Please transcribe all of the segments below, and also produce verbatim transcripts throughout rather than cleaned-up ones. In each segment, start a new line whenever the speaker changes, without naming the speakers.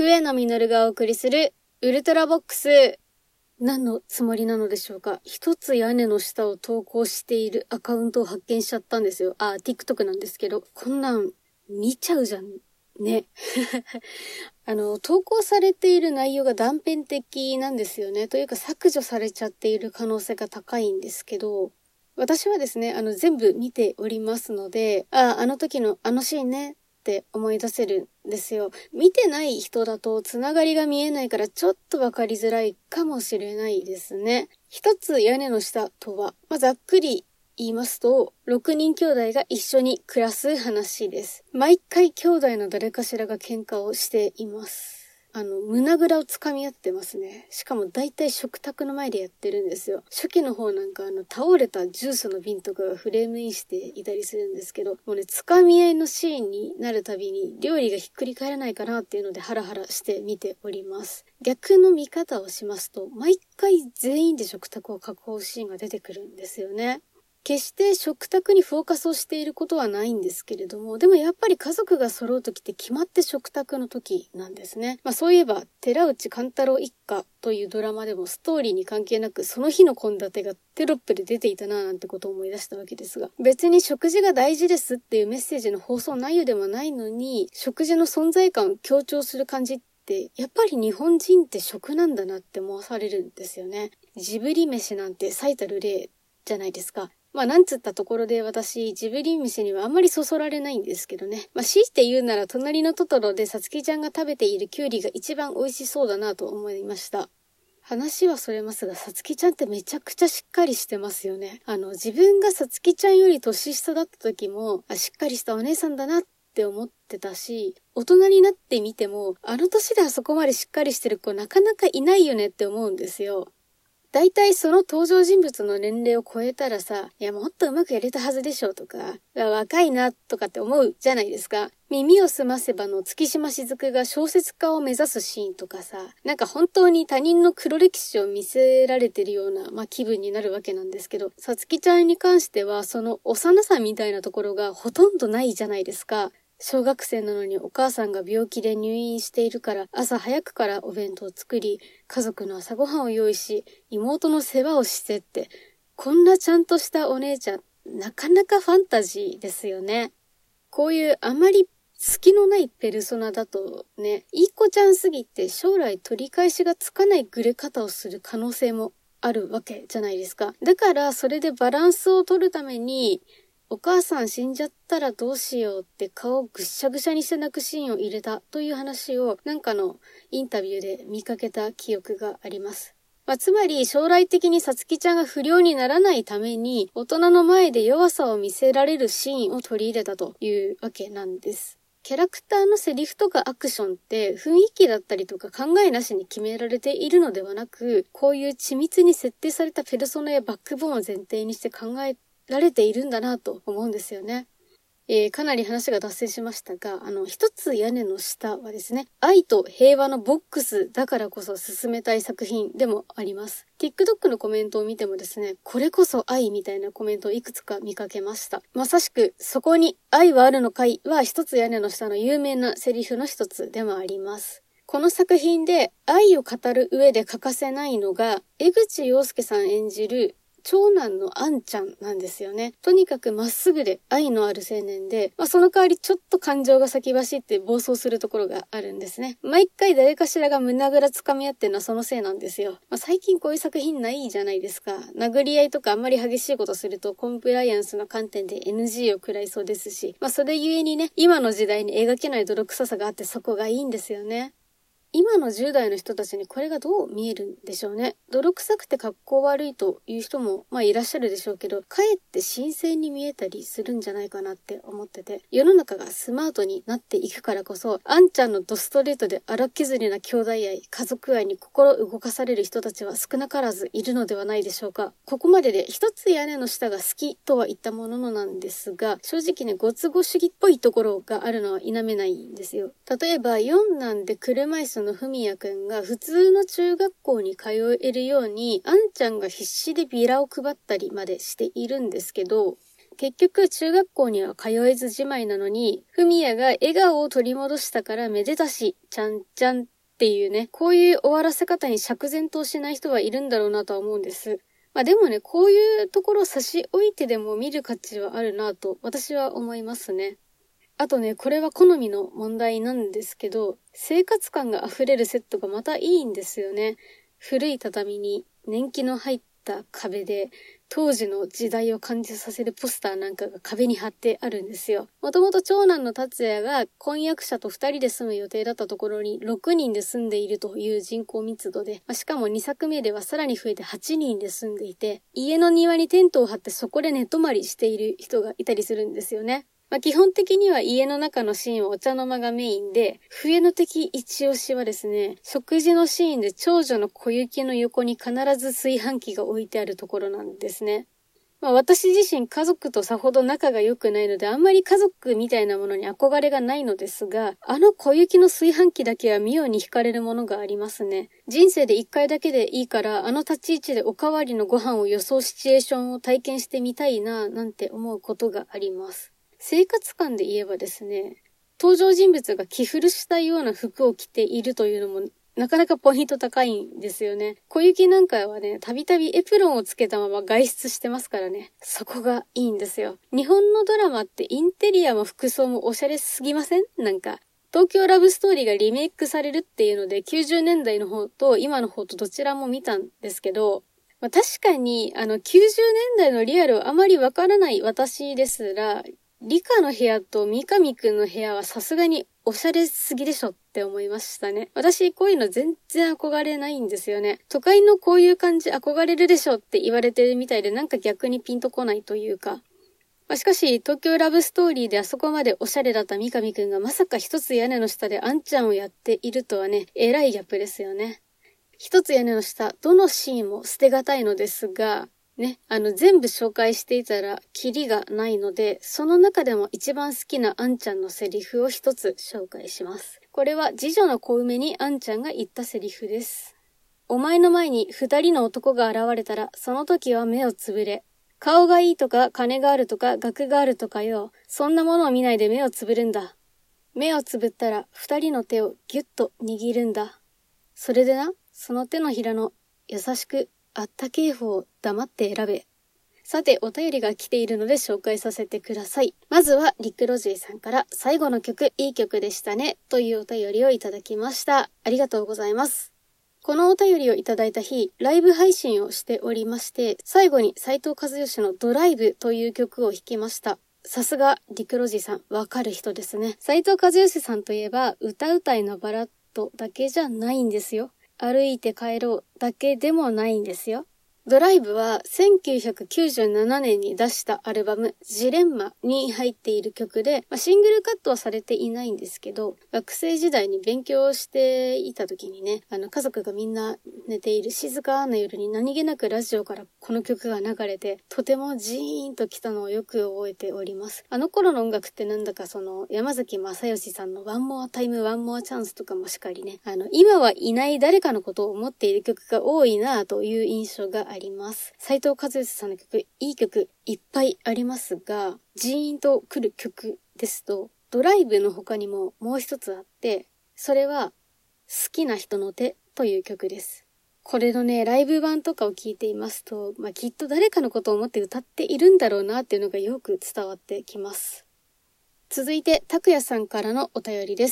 上野実がお送りするウルトラボックス。何のつもりなのでしょうか。一つ屋根の下を投稿しているアカウントを発見しちゃったんですよ。あ、TikTok なんですけど。こんなん見ちゃうじゃん。ね。あの、投稿されている内容が断片的なんですよね。というか削除されちゃっている可能性が高いんですけど、私はですね、あの全部見ておりますので、あ、あの時のあのシーンねって思い出せるんですよ。見てない人だとつながりが見えないからちょっとわかりづらいかもしれないですね。一つ屋根の下とは、まあ、ざっくり言いますと、ろくにん兄弟が一緒に暮らす話です。毎回兄弟の誰かしらが喧嘩をしています。あの、胸ぐらをつかみ合ってますね。しかも大体食卓の前でやってるんですよ。初期の方なんかあの、倒れたジュースの瓶とかがフレームインしていたりするんですけど、もうね、つかみ合いのシーンになるたびに料理がひっくり返らないかなっていうのでハラハラして見ております。逆の見方をしますと、毎回全員で食卓を囲うシーンが出てくるんですよね。決して食卓にフォーカスをしていることはないんですけれども、でもやっぱり家族が揃う時って決まって食卓の時なんですね。まあそういえば、寺内貫太郎一家というドラマでもストーリーに関係なくその日の献立がテロップで出ていたなぁなんてことを思い出したわけですが、別に食事が大事ですっていうメッセージの放送内容でもないのに、食事の存在感を強調する感じってやっぱり日本人って食なんだなって思わされるんですよね。ジブリ飯なんて最たる例じゃないですか。まあなんつったところで私ジブリ飯にはあんまりそそられないんですけどね。まあ強いて言うなら隣のトトロでさつきちゃんが食べているキュウリが一番美味しそうだなと思いました。話はそれますが、さつきちゃんってめちゃくちゃしっかりしてますよね。あの自分がさつきちゃんより年下だった時も、あ、しっかりしたお姉さんだなって思ってたし、大人になってみても、あの年であそこまでしっかりしてる子なかなかいないよねって思うんですよ。大体その登場人物の年齢を超えたらさ、いやもっとうまくやれたはずでしょとか、若いなとかって思うじゃないですか。耳をすませばの月島しずくが小説家を目指すシーンとかさ、なんか本当に他人の黒歴史を見せられてるような、まあ、気分になるわけなんですけど、さつきちゃんに関してはその幼さみたいなところがほとんどないじゃないですか。小学生なのにお母さんが病気で入院しているから朝早くからお弁当を作り、家族の朝ごはんを用意し、妹の世話をしてって、こんなちゃんとしたお姉ちゃん、なかなかファンタジーですよね。こういうあまり隙のないペルソナだとね、いい子ちゃんすぎて将来取り返しがつかないグレ方をする可能性もあるわけじゃないですか。だからそれでバランスを取るために、お母さん死んじゃったらどうしようって顔をぐっしゃぐしゃにして泣くシーンを入れたという話をなんかのインタビューで見かけた記憶があります。まあ、つまり将来的にさつきちゃんが不良にならないために大人の前で弱さを見せられるシーンを取り入れたというわけなんです。キャラクターのセリフとかアクションって雰囲気だったりとか考えなしに決められているのではなく、こういう緻密に設定されたペルソナやバックボーンを前提にして考えられているんだなと思うんですよね。えー、かなり話が脱線しましたが、あの、一つ屋根の下はですね、愛と平和のボックスだからこそ進めたい作品でもあります。TikTok のコメントを見てもですね、これこそ愛みたいなコメントをいくつか見かけました。まさしく、そこに愛はあるのかいは一つ屋根の下の有名なセリフの一つでもあります。この作品で愛を語る上で欠かせないのが、江口洋介さん演じる長男のあんちゃんなんですよね。とにかくまっすぐで愛のある青年で、まあ、その代わりちょっと感情が先走って暴走するところがあるんですね。毎回誰かしらが胸ぐらつかみ合ってるのはそのせいなんですよ。まあ、最近こういう作品ないじゃないですか。殴り合いとかあんまり激しいことするとコンプライアンスの観点で エヌジー を食らいそうですし、まあ、それゆえにね、今の時代に描けない泥臭さがあってそこがいいんですよね。今のじゅう代の人たちにこれがどう見えるんでしょうね。泥臭くて格好悪いという人もまあいらっしゃるでしょうけど、かえって新鮮に見えたりするんじゃないかなって思ってて、世の中がスマートになっていくからこそ、あんちゃんのドストレートで荒削りな兄弟愛、家族愛に心動かされる人たちは少なからずいるのではないでしょうか。ここまでで一つ屋根の下が好きとは言ったもののなんですが、正直ね、ご都合主義っぽいところがあるのは否めないんですよ。例えば四男で車椅子のふみやくんが普通の中学校に通えるように、あんちゃんが必死でビラを配ったりまでしているんですけど、結局中学校には通えずじまいなのに、ふみやが笑顔を取り戻したからめでたし、ちゃんちゃんっっていうね、こういう終わらせ方に釈然としない人はいるんだろうなとは思うんです。まあでもね、こういうところを差し置いてでも見る価値はあるなと私は思いますね。あとね、これは好みの問題なんですけど、生活感が溢れるセットがまたいいんですよね。古い畳に年季の入った壁で、当時の時代を感じさせるポスターなんかが壁に貼ってあるんですよ。もともと長男の達也が婚約者とふたりで住む予定だったところにろくにんで住んでいるという人口密度で、まあ、しかもにさくめではさらに増えてはちにんで住んでいて、家の庭にテントを張ってそこで寝泊まりしている人がいたりするんですよね。まあ、基本的には家の中のシーンはお茶の間がメインで、冬の敵一押しはですね、食事のシーンで長女の小雪の横に必ず炊飯器が置いてあるところなんですね。まあ、私自身家族とさほど仲が良くないので、あんまり家族みたいなものに憧れがないのですが、あの小雪の炊飯器だけは妙に惹かれるものがありますね。人生で一回だけでいいから、あの立ち位置でおかわりのご飯を予想シチュエーションを体験してみたいな、なんて思うことがあります。生活感で言えばですね、登場人物が着古したような服を着ているというのもなかなかポイント高いんですよね。小雪なんかはね、たびたびエプロンをつけたまま外出してますからね。そこがいいんですよ。日本のドラマってインテリアも服装もおしゃれすぎません？なんか。東京ラブストーリーがリメイクされるっていうので、きゅうじゅうねんだいの方と今の方とどちらも見たんですけど、まあ、確かにあのきゅうじゅうねんだいのリアルはあまりわからない私ですら、リカの部屋と三上くんの部屋はさすがにおしゃれすぎでしょって思いましたね。私こういうの全然憧れないんですよね。都会のこういう感じ憧れるでしょって言われてるみたいでなんか逆にピンとこないというか。まあ、しかし東京ラブストーリーであそこまでおしゃれだった三上くんがまさか一つ屋根の下であんちゃんをやっているとはね、えらいギャップですよね。一つ屋根の下、どのシーンも捨てがたいのですが、ね、あの全部紹介していたらキリがないので、その中でも一番好きなあんちゃんのセリフを一つ紹介します。これは次女の小梅にあんちゃんが言ったセリフです。お前の前に二人の男が現れたら、その時は目をつぶれ。顔がいいとか金があるとか学があるとかよ、そんなものを見ないで目をつぶるんだ。目をつぶったら二人の手をギュッと握るんだ。それでな、その手のひらの優しくあったけえ方を黙って選べ。さて、お便りが来ているので紹介させてください。まずは、リクロジーさんから、最後の曲、いい曲でしたね、というお便りをいただきました。ありがとうございます。このお便りをいただいた日、ライブ配信をしておりまして、最後に斉藤和義のドライブという曲を弾きました。さすが、リクロジーさん、わかる人ですね。斉藤和義さんといえば、歌うたいのバラッドだけじゃないんですよ。歩いて帰ろうだけでもないんですよ。ドライブはせんきゅうひゃくきゅうじゅうななねんに出したアルバムジレンマに入っている曲で、まあ、シングルカットはされていないんですけど、学生時代に勉強していた時にね、あの家族がみんな寝ている静かな夜に何気なくラジオからこの曲が流れて、とてもジーンと来たのをよく覚えております。あの頃の音楽ってなんだかその山崎正義さんのワンモアタイムワンモアチャンスとかもしかりね、あの今はいない誰かのことを思っている曲が多いなという印象があります。あります。斉藤和義さんの曲、いい曲いっぱいありますが、ジーンと来る曲ですと、ドライブの他にももう一つあって、それは、好きな人の手という曲です。これのね、ライブ版とかを聞いていますと、まあ、きっと誰かのことを思って歌っているんだろうなっていうのがよく伝わってきます。続いて、拓也さんからのお便りです。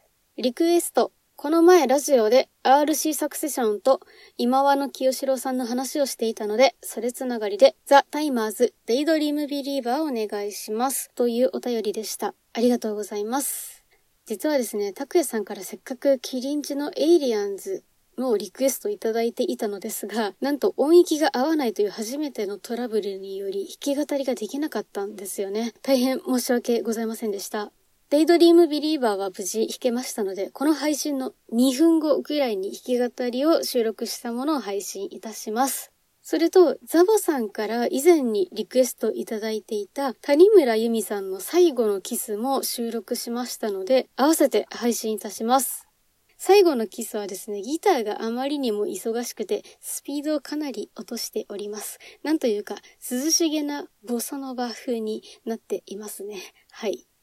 リクエスト。この前ラジオで アールシー サクセションと今和の清志郎さんの話をしていたので、それつながりでザ・タイマーズデイドリームビリーバーをお願いしますというお便りでした。ありがとうございます。実はですね、拓也さんからせっかくキリンジのエイリアンズのリクエストいただいていたのですが、なんと音域が合わないという初めてのトラブルにより弾き語りができなかったんですよね。大変申し訳ございませんでした。デイドリームビリーバーは無事弾けましたので、この配信のにふんごぐらいに弾き語りを収録したものを配信いたします。それと、ザボさんから以前にリクエストいただいていた谷村由美さんの最後のキスも収録しましたので、合わせて配信いたします。最後のキスはですね、ギターがあまりにも忙しくて、スピードをかなり落としております。なんというか、涼しげなボサノバ風になっていますね。はい。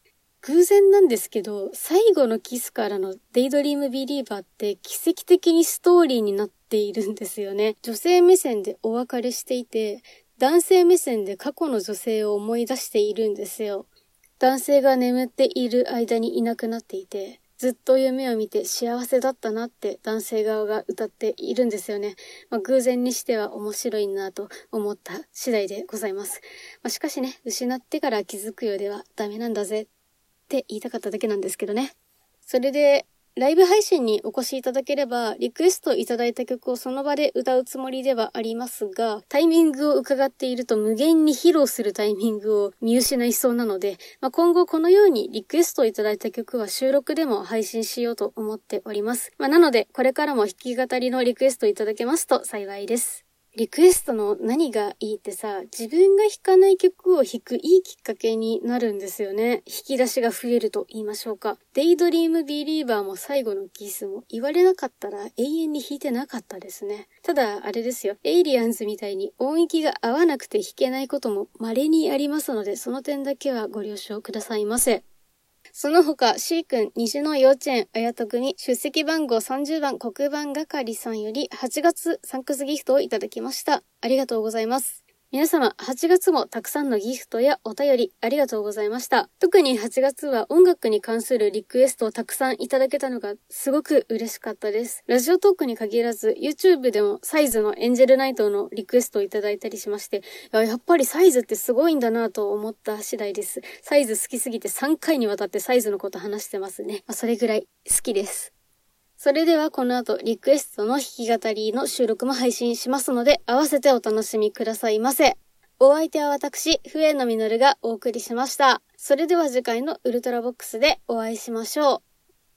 偶然なんですけど、最後のキスからのデイドリームビリーバーって奇跡的にストーリーになっているんですよね。女性目線でお別れしていて、男性目線で過去の女性を思い出しているんですよ。男性が眠っている間にいなくなっていて、ずっと夢を見て幸せだったなって男性側が歌っているんですよね。まあ、偶然にしては面白いなと思った次第でございます。まあ、しかしね、失ってから気づくようではダメなんだぜって言いたかっただけなんですけどね。それで、ライブ配信にお越しいただければ、リクエストいただいた曲をその場で歌うつもりではありますが、タイミングを伺っていると無限に披露するタイミングを見失いそうなので、まあ、今後このようにリクエストいただいた曲は収録でも配信しようと思っております。まあ、なので、これからも弾き語りのリクエストいただけますと幸いです。リクエストの何がいいってさ、自分が弾かない曲を弾くいいきっかけになるんですよね。弾き出しが増えると言いましょうか。デイドリームビリーバーも最後のキスも言われなかったら永遠に弾いてなかったですね。ただ、あれですよ。エイリアンズみたいに音域が合わなくて弾けないことも稀にありますので、その点だけはご了承くださいませ。その他、C 君、西の幼稚園、あやとくに出席番号さんじゅうばん黒板係さんよりはちがつサンクスギフトをいただきました。ありがとうございます。皆様、はちがつもたくさんのギフトやお便りありがとうございました。特にはちがつは音楽に関するリクエストをたくさんいただけたのがすごく嬉しかったです。ラジオトークに限らず YouTube でもサイズのエンジェルナイトのリクエストをいただいたりしまして、や, やっぱりサイズってすごいんだなと思った次第です。サイズ好きすぎてさんかいにわたってサイズのこと話してますね。まあ、それぐらい好きです。それではこの後リクエストの弾き語りの収録も配信しますので、合わせてお楽しみくださいませ。お相手は私、笛野実がお送りしました。それでは次回のウルトラボックスでお会いしましょう。